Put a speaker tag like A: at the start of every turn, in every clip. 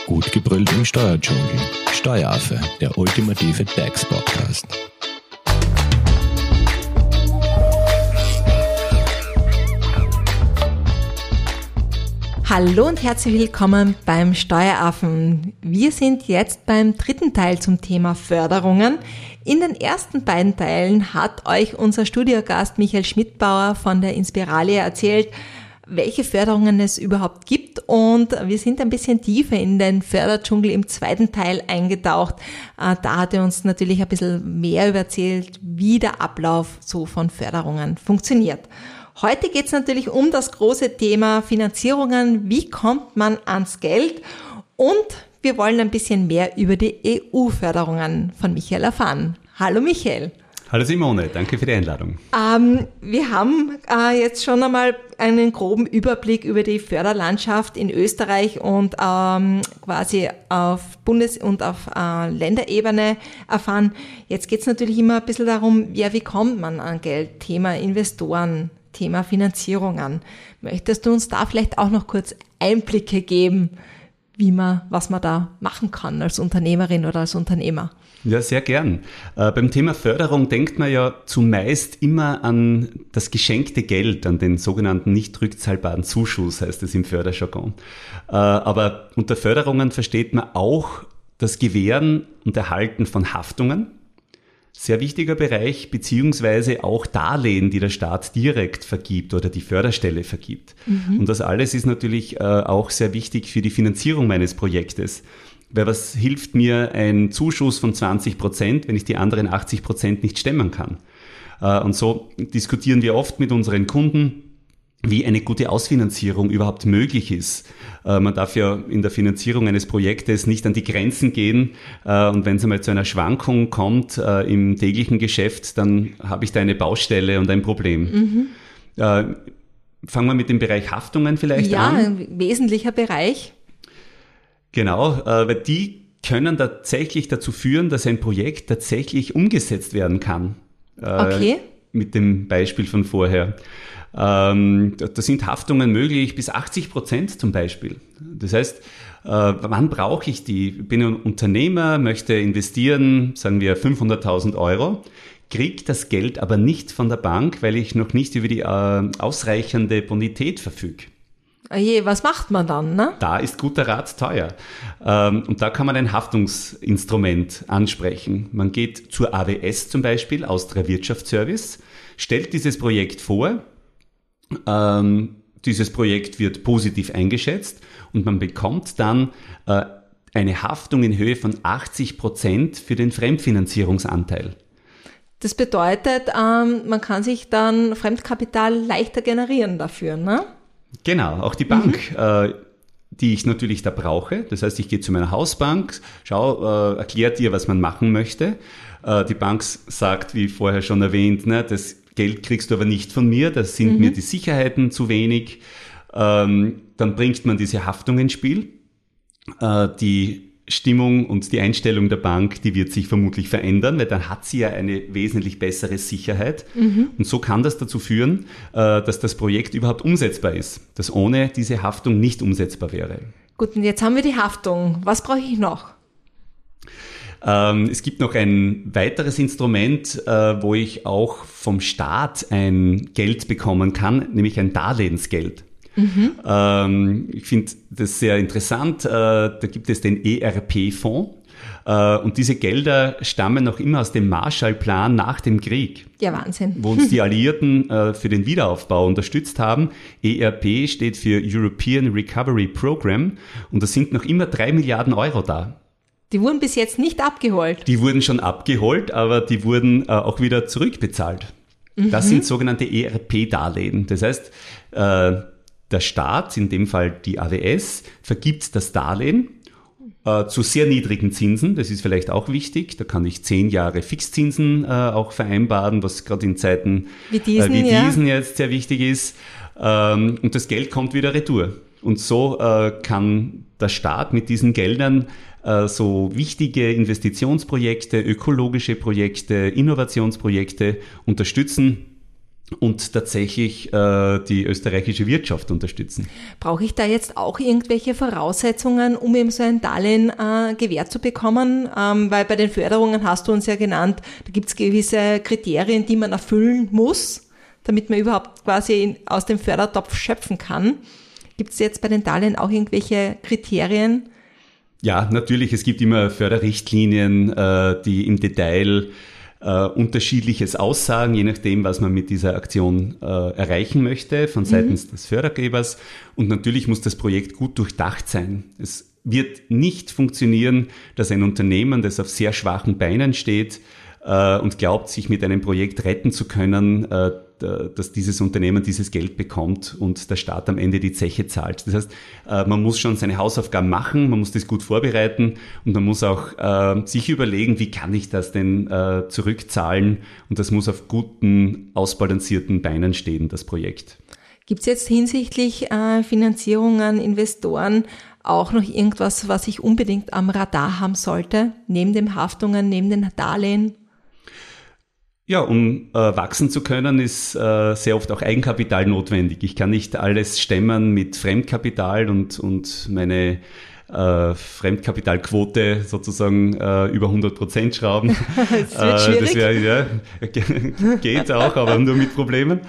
A: Gut gebrüllt im Steuerdschungel. Steueraffe, der ultimative DAX-Podcast.
B: Hallo und herzlich willkommen beim Steueraffen. Wir sind jetzt beim dritten Teil zum Thema Förderungen. In den ersten beiden Teilen hat euch unser Studiogast Michael Schmidbauer von der Inspiralia erzählt, welche Förderungen es überhaupt gibt, und wir sind ein bisschen tiefer in den Förderdschungel im zweiten Teil eingetaucht. Da hat er uns natürlich ein bisschen mehr erzählt, wie der Ablauf so von Förderungen funktioniert. Heute geht es natürlich um das große Thema Finanzierungen. Wie kommt man ans Geld? Und wir wollen ein bisschen mehr über die EU-Förderungen von Michael erfahren. Hallo Michael.
C: Hallo Simone, danke für die Einladung.
B: Wir haben jetzt schon einmal einen groben Überblick über die Förderlandschaft in Österreich und quasi auf Bundes- und auf Länderebene erfahren. Jetzt geht es natürlich immer ein bisschen darum, wie kommt man an Geld? Thema Investoren, Thema Finanzierungen. Möchtest du uns da vielleicht auch noch kurz Einblicke geben, was man da machen kann als Unternehmerin oder als Unternehmer?
C: Ja, sehr gern. Beim Thema Förderung denkt man ja zumeist immer an das geschenkte Geld, an den sogenannten nicht rückzahlbaren Zuschuss, heißt es im Förderjargon. Aber unter Förderungen versteht man auch das Gewähren und Erhalten von Haftungen. Sehr wichtiger Bereich, beziehungsweise auch Darlehen, die der Staat direkt vergibt oder die Förderstelle vergibt. Und das alles ist natürlich auch sehr wichtig für die Finanzierung meines Projektes. Weil was hilft mir ein Zuschuss von 20%, wenn ich die anderen 80% nicht stemmen kann? Und so diskutieren wir oft mit unseren Kunden, wie eine gute Ausfinanzierung überhaupt möglich ist. Man darf ja in der Finanzierung eines Projektes nicht an die Grenzen gehen, und wenn es einmal zu einer Schwankung kommt im täglichen Geschäft, dann habe ich da eine Baustelle und ein Problem. Fangen wir mit dem Bereich Haftungen vielleicht an.
B: Ja, ein wesentlicher Bereich.
C: Genau, weil die können tatsächlich dazu führen, dass ein Projekt tatsächlich umgesetzt werden kann.
B: Okay.
C: Mit dem Beispiel von vorher. Da sind Haftungen möglich bis 80% zum Beispiel. Das heißt, wann brauche ich die? Ich bin ein Unternehmer, möchte investieren, sagen wir 500.000 Euro, kriege das Geld aber nicht von der Bank, weil ich noch nicht über die ausreichende Bonität verfüge.
B: Oje, was macht man dann, ne?
C: Da ist guter Rat teuer. Und da kann man ein Haftungsinstrument ansprechen. Man geht zur AWS zum Beispiel, Austria Wirtschaftsservice, stellt dieses Projekt vor. Dieses Projekt wird positiv eingeschätzt und man bekommt dann eine Haftung in Höhe von 80% für den Fremdfinanzierungsanteil.
B: Das bedeutet, man kann sich dann Fremdkapital leichter generieren dafür, ne?
C: Genau, auch die Bank, die ich natürlich da brauche. Das heißt, ich gehe zu meiner Hausbank, erklärt ihr, was man machen möchte. Die Bank sagt, wie vorher schon erwähnt, ne, das Geld kriegst du aber nicht von mir, da sind mir die Sicherheiten zu wenig. Dann bringt man diese Haftung ins Spiel. Die Stimmung und die Einstellung der Bank, die wird sich vermutlich verändern, weil dann hat sie ja eine wesentlich bessere Sicherheit. Und so kann das dazu führen, dass das Projekt überhaupt umsetzbar ist, das ohne diese Haftung nicht umsetzbar wäre.
B: Gut, und jetzt haben wir die Haftung. Was brauche ich noch?
C: Es gibt noch ein weiteres Instrument, wo ich auch vom Staat ein Geld bekommen kann, nämlich ein Darlehensgeld. Ich finde das sehr interessant. Da gibt es den ERP-Fonds. Und diese Gelder stammen noch immer aus dem Marshallplan nach dem Krieg.
B: Ja, Wahnsinn.
C: Wo uns die Alliierten für den Wiederaufbau unterstützt haben. ERP steht für European Recovery Program. Und da sind noch immer 3 Milliarden Euro da.
B: Die wurden bis jetzt nicht abgeholt.
C: Die wurden schon abgeholt, aber die wurden auch wieder zurückbezahlt. Das sind sogenannte ERP-Darlehen. Das heißt, der Staat, in dem Fall die AWS, vergibt das Darlehen zu sehr niedrigen Zinsen. Das ist vielleicht auch wichtig. Da kann ich 10 Jahre Fixzinsen auch vereinbaren, was gerade in Zeiten wie diesen jetzt sehr wichtig ist. Und das Geld kommt wieder retour. Und so kann der Staat mit diesen Geldern so wichtige Investitionsprojekte, ökologische Projekte, Innovationsprojekte unterstützen, und tatsächlich die österreichische Wirtschaft unterstützen.
B: Brauche ich da jetzt auch irgendwelche Voraussetzungen, um eben so ein Darlehen gewährt zu bekommen? Weil bei den Förderungen hast du uns ja genannt, da gibt es gewisse Kriterien, die man erfüllen muss, damit man überhaupt quasi aus dem Fördertopf schöpfen kann. Gibt es jetzt bei den Darlehen auch irgendwelche Kriterien?
C: Ja, natürlich. Es gibt immer Förderrichtlinien, die im Detail unterschiedliches aussagen, je nachdem, was man mit dieser Aktion erreichen möchte von seitens des Fördergebers. Und natürlich muss das Projekt gut durchdacht sein. Es wird nicht funktionieren, dass ein Unternehmen, das auf sehr schwachen Beinen steht und glaubt, sich mit einem Projekt retten zu können, dass dieses Unternehmen dieses Geld bekommt und der Staat am Ende die Zeche zahlt. Das heißt, man muss schon seine Hausaufgaben machen, man muss das gut vorbereiten und man muss auch sich überlegen, wie kann ich das denn zurückzahlen, und das muss auf guten, ausbalancierten Beinen stehen, das Projekt.
B: Gibt es jetzt hinsichtlich Finanzierungen, Investoren auch noch irgendwas, was ich unbedingt am Radar haben sollte, neben den Haftungen, neben den Darlehen?
C: Ja, um wachsen zu können, ist sehr oft auch Eigenkapital notwendig. Ich kann nicht alles stemmen mit Fremdkapital und meine Fremdkapitalquote sozusagen über 100% schrauben.
B: Das wird schwierig.
C: Das geht auch, aber nur mit Problemen.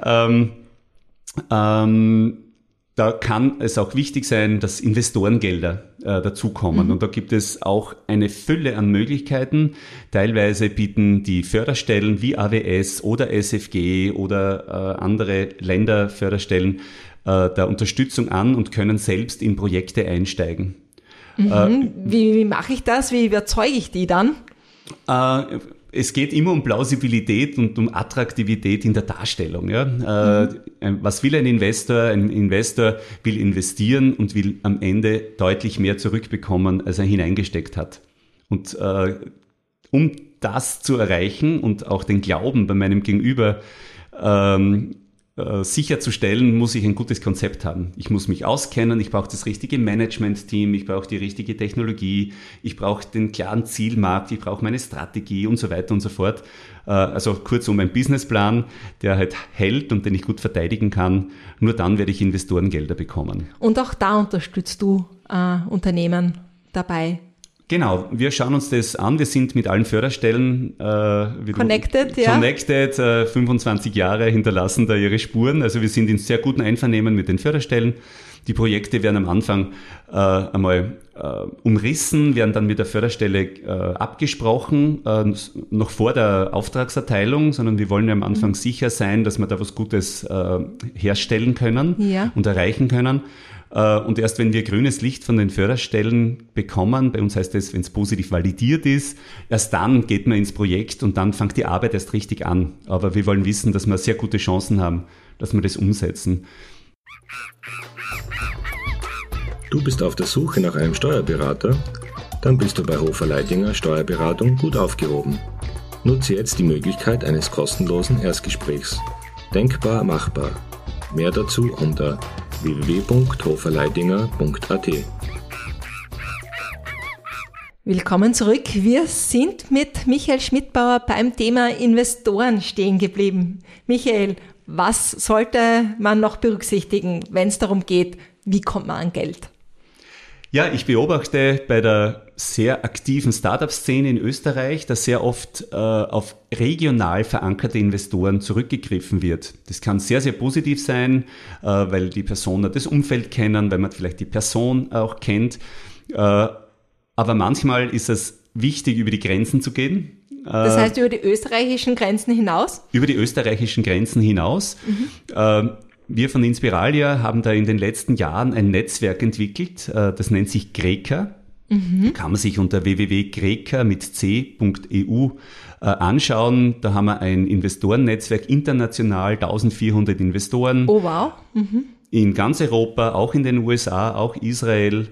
C: Da kann es auch wichtig sein, dass Investorengelder dazukommen. Und da gibt es auch eine Fülle an Möglichkeiten. Teilweise bieten die Förderstellen wie AWS oder SFG oder andere Länderförderstellen der Unterstützung an und können selbst in Projekte einsteigen.
B: Wie mache ich das? Wie überzeuge ich die dann?
C: Es geht immer um Plausibilität und um Attraktivität in der Darstellung. Ja? Was will ein Investor? Ein Investor will investieren und will am Ende deutlich mehr zurückbekommen, als er hineingesteckt hat. Und um das zu erreichen und auch den Glauben bei meinem Gegenüber sicherzustellen, muss ich ein gutes Konzept haben. Ich muss mich auskennen, ich brauche das richtige Management-Team, ich brauche die richtige Technologie, ich brauche den klaren Zielmarkt, ich brauche meine Strategie und so weiter und so fort. Also kurzum ein Businessplan, der halt hält und den ich gut verteidigen kann. Nur dann werde ich Investorengelder bekommen.
B: Und auch da unterstützt du Unternehmen dabei?
C: Genau, wir schauen uns das an. Wir sind mit allen Förderstellen
B: connected,
C: 25 Jahre hinterlassen da ihre Spuren. Also wir sind in sehr guten Einvernehmen mit den Förderstellen. Die Projekte werden am Anfang einmal umrissen, werden dann mit der Förderstelle abgesprochen, noch vor der Auftragserteilung, sondern wir wollen ja am Anfang sicher sein, dass wir da was Gutes herstellen können und erreichen können. Und erst wenn wir grünes Licht von den Förderstellen bekommen, bei uns heißt es, wenn es positiv validiert ist, erst dann geht man ins Projekt und dann fängt die Arbeit erst richtig an. Aber wir wollen wissen, dass wir sehr gute Chancen haben, dass wir das umsetzen.
A: Du bist auf der Suche nach einem Steuerberater? Dann bist du bei Hofer Leidinger Steuerberatung gut aufgehoben. Nutze jetzt die Möglichkeit eines kostenlosen Erstgesprächs. Denkbar machbar. Mehr dazu unter www.hoferleidinger.at.
B: Willkommen zurück. Wir sind mit Michael Schmidbauer beim Thema Investoren stehen geblieben. Michael, was sollte man noch berücksichtigen, wenn es darum geht, wie kommt man an Geld?
C: Ja, ich beobachte bei der sehr aktiven Startup-Szene in Österreich, dass sehr oft auf regional verankerte Investoren zurückgegriffen wird. Das kann sehr, sehr positiv sein, weil die Personen das Umfeld kennen, weil man vielleicht die Person auch kennt. Aber manchmal ist es wichtig, über die Grenzen zu gehen.
B: Das heißt, über die österreichischen Grenzen hinaus? Über die österreichischen Grenzen hinaus.
C: Wir von Inspiralia haben da in den letzten Jahren ein Netzwerk entwickelt, das nennt sich GRECA. Kann man sich unter www.greca mit c.eu anschauen. Da haben wir ein Investorennetzwerk international, 1400 Investoren.
B: Oh wow.
C: In ganz Europa, auch in den USA, auch Israel,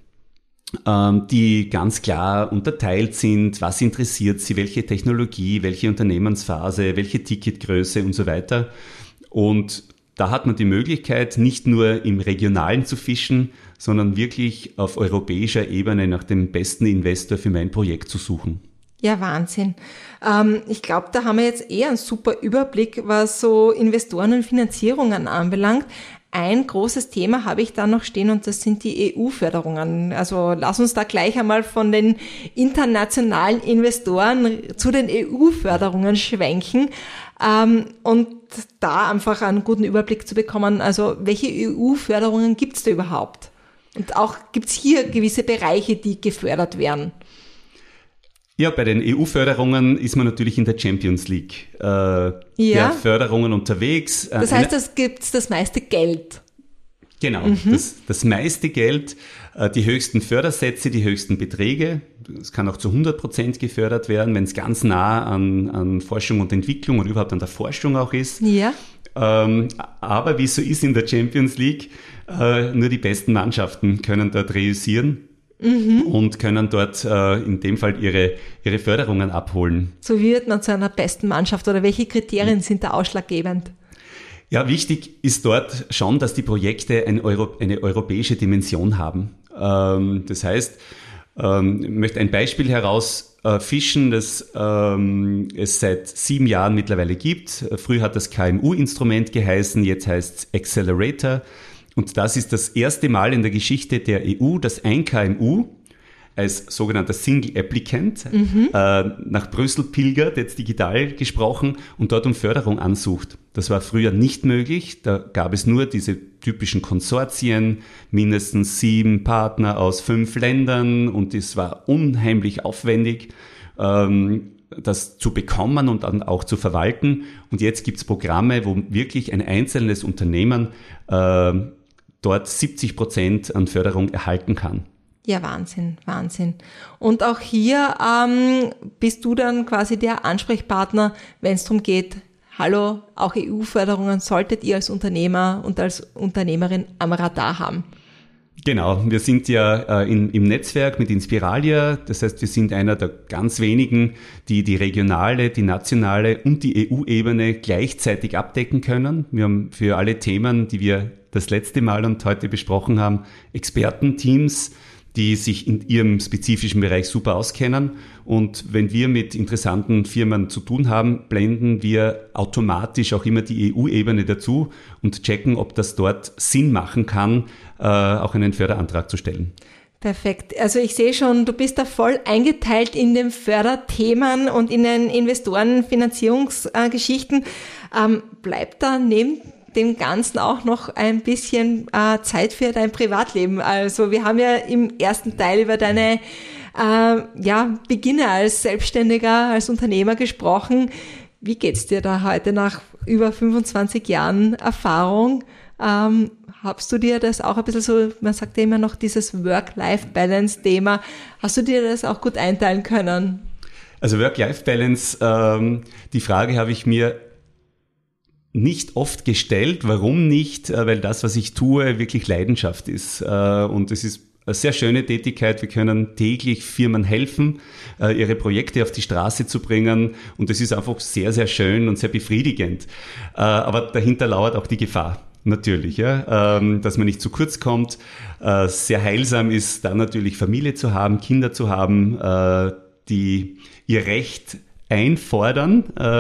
C: die ganz klar unterteilt sind, was interessiert sie, welche Technologie, welche Unternehmensphase, welche Ticketgröße und so weiter. Und da hat man die Möglichkeit, nicht nur im Regionalen zu fischen, sondern wirklich auf europäischer Ebene nach dem besten Investor für mein Projekt zu suchen.
B: Ja, Wahnsinn. Ich glaube, da haben wir jetzt einen super Überblick, was so Investoren und Finanzierungen anbelangt. Ein großes Thema habe ich da noch stehen und das sind die EU-Förderungen. Also lass uns da gleich einmal von den internationalen Investoren zu den EU-Förderungen schwenken und da einfach einen guten Überblick zu bekommen. Also welche EU-Förderungen gibt es da überhaupt? Und auch gibt es hier gewisse Bereiche, die gefördert werden?
C: Ja, bei den EU-Förderungen ist man natürlich in der Champions League der Förderungen unterwegs.
B: Das heißt, es gibt das meiste Geld.
C: Genau, das meiste Geld, die höchsten Fördersätze, die höchsten Beträge. Es kann auch zu 100% gefördert werden, wenn es ganz nah an Forschung und Entwicklung und überhaupt an der Forschung auch ist.
B: Ja.
C: Aber wie es so ist in der Champions League, nur die besten Mannschaften können dort reüssieren. Und können dort in dem Fall ihre Förderungen abholen.
B: So wird man zu einer besten Mannschaft oder welche Kriterien sind da ausschlaggebend?
C: Ja, wichtig ist dort schon, dass die Projekte eine europäische Dimension haben. Das heißt, ich möchte ein Beispiel herausfischen, das es seit 7 Jahren mittlerweile gibt. Früher hat das KMU-Instrument geheißen, jetzt heißt es Accelerator. Und das ist das erste Mal in der Geschichte der EU, dass ein KMU als sogenannter Single Applicant nach Brüssel pilgert, jetzt digital gesprochen, und dort um Förderung ansucht. Das war früher nicht möglich. Da gab es nur diese typischen Konsortien, mindestens 7 Partner aus 5 Ländern, und es war unheimlich aufwendig, das zu bekommen und dann auch zu verwalten. Und jetzt gibt's Programme, wo wirklich ein einzelnes Unternehmen dort 70% an Förderung erhalten kann.
B: Ja, Wahnsinn, Wahnsinn. Und auch hier bist du dann quasi der Ansprechpartner, wenn es darum geht, hallo, auch EU-Förderungen solltet ihr als Unternehmer und als Unternehmerin am Radar haben.
C: Genau, wir sind ja im Netzwerk mit Inspiralia, das heißt, wir sind einer der ganz wenigen, die die regionale, die nationale und die EU-Ebene gleichzeitig abdecken können. Wir haben für alle Themen, die wir das letzte Mal und heute besprochen haben, Expertenteams, die sich in ihrem spezifischen Bereich super auskennen. Und wenn wir mit interessanten Firmen zu tun haben, blenden wir automatisch auch immer die EU-Ebene dazu und checken, ob das dort Sinn machen kann, auch einen Förderantrag zu stellen.
B: Perfekt. Also ich sehe schon, du bist da voll eingeteilt in den Förderthemen und in den Investorenfinanzierungsgeschichten. Bleibt da neben dem Ganzen auch noch ein bisschen Zeit für dein Privatleben? Also wir haben ja im ersten Teil über deine Beginne als Selbstständiger, als Unternehmer gesprochen. Wie geht's dir da heute nach über 25 Jahren Erfahrung? Hast du dir das auch ein bisschen so, man sagt ja immer noch dieses Work-Life-Balance-Thema, hast du dir das auch gut einteilen können?
C: Also Work-Life-Balance, die Frage habe ich mir nicht oft gestellt. Warum nicht? Weil das, was ich tue, wirklich Leidenschaft ist. Und es ist eine sehr schöne Tätigkeit. Wir können täglich Firmen helfen, ihre Projekte auf die Straße zu bringen. Und es ist einfach sehr, sehr schön und sehr befriedigend. Aber dahinter lauert auch die Gefahr. Natürlich, ja, dass man nicht zu kurz kommt. Sehr heilsam ist dann natürlich Familie zu haben, Kinder zu haben, die ihr Recht einfordern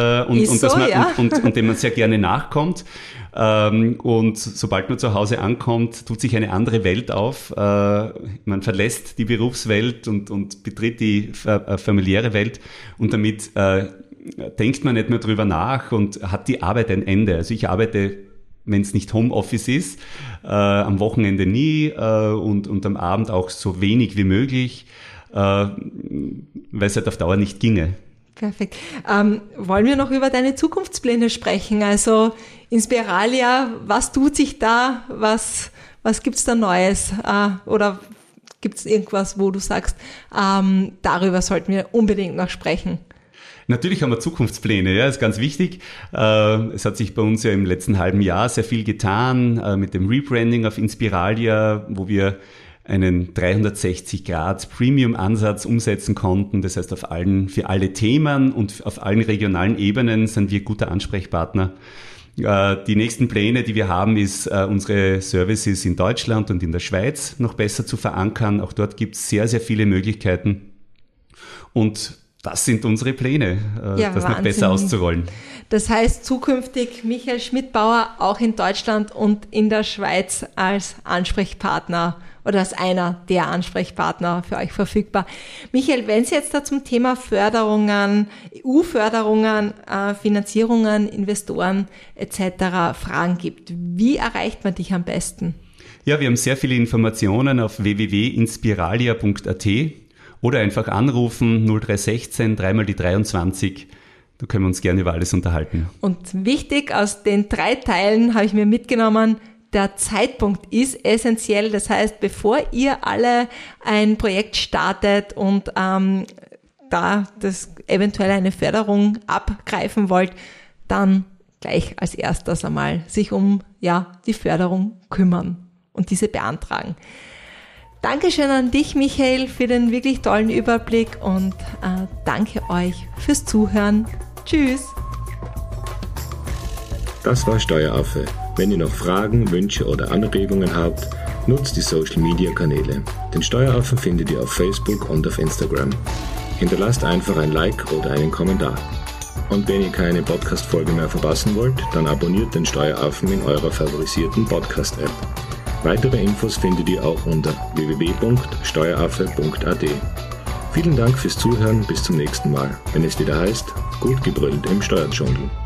C: und dem man sehr gerne nachkommt. Und sobald man zu Hause ankommt, tut sich eine andere Welt auf. Man verlässt die Berufswelt und betritt die familiäre Welt und damit denkt man nicht mehr drüber nach und hat die Arbeit ein Ende. Also ich arbeite, wenn es nicht Homeoffice ist, am Wochenende nie und am Abend auch so wenig wie möglich, weil es halt auf Dauer nicht ginge.
B: Perfekt. Wollen wir noch über deine Zukunftspläne sprechen? Also Inspiralia, was tut sich da? Was gibt's da Neues? Oder gibt's irgendwas, wo du sagst, darüber sollten wir unbedingt noch sprechen?
C: Natürlich haben wir Zukunftspläne, ja, ist ganz wichtig. Es hat sich bei uns ja im letzten halben Jahr sehr viel getan mit dem Rebranding auf Inspiralia, wo wir einen 360-Grad-Premium-Ansatz umsetzen konnten. Das heißt, für alle Themen und auf allen regionalen Ebenen sind wir guter Ansprechpartner. Die nächsten Pläne, die wir haben, ist, unsere Services in Deutschland und in der Schweiz noch besser zu verankern. Auch dort gibt es sehr, sehr viele Möglichkeiten. Und das sind unsere Pläne, das noch besser auszurollen.
B: Das heißt zukünftig Michael Schmidbauer auch in Deutschland und in der Schweiz als Ansprechpartner oder als einer der Ansprechpartner für euch verfügbar. Michael, wenn es jetzt da zum Thema Förderungen, EU-Förderungen, Finanzierungen, Investoren etc. Fragen gibt, wie erreicht man dich am besten?
C: Ja, wir haben sehr viele Informationen auf www.inspiralia.at oder einfach anrufen 0316 3 die 23. Da können wir uns gerne über alles unterhalten.
B: Und wichtig, aus den 3 Teilen habe ich mir mitgenommen, der Zeitpunkt ist essentiell. Das heißt, bevor ihr alle ein Projekt startet und da das eventuell eine Förderung abgreifen wollt, dann gleich als erstes einmal sich um die Förderung kümmern und diese beantragen. Dankeschön an dich, Michael, für den wirklich tollen Überblick und danke euch fürs Zuhören. Tschüss!
A: Das war Steueraffe. Wenn ihr noch Fragen, Wünsche oder Anregungen habt, nutzt die Social-Media-Kanäle. Den Steueraffen findet ihr auf Facebook und auf Instagram. Hinterlasst einfach ein Like oder einen Kommentar. Und wenn ihr keine Podcast-Folge mehr verpassen wollt, dann abonniert den Steueraffen in eurer favorisierten Podcast-App. Weitere Infos findet ihr auch unter www.steueraffe.at. Vielen Dank fürs Zuhören, bis zum nächsten Mal, wenn es wieder heißt, gut gebrüllt im Steuerdschungel.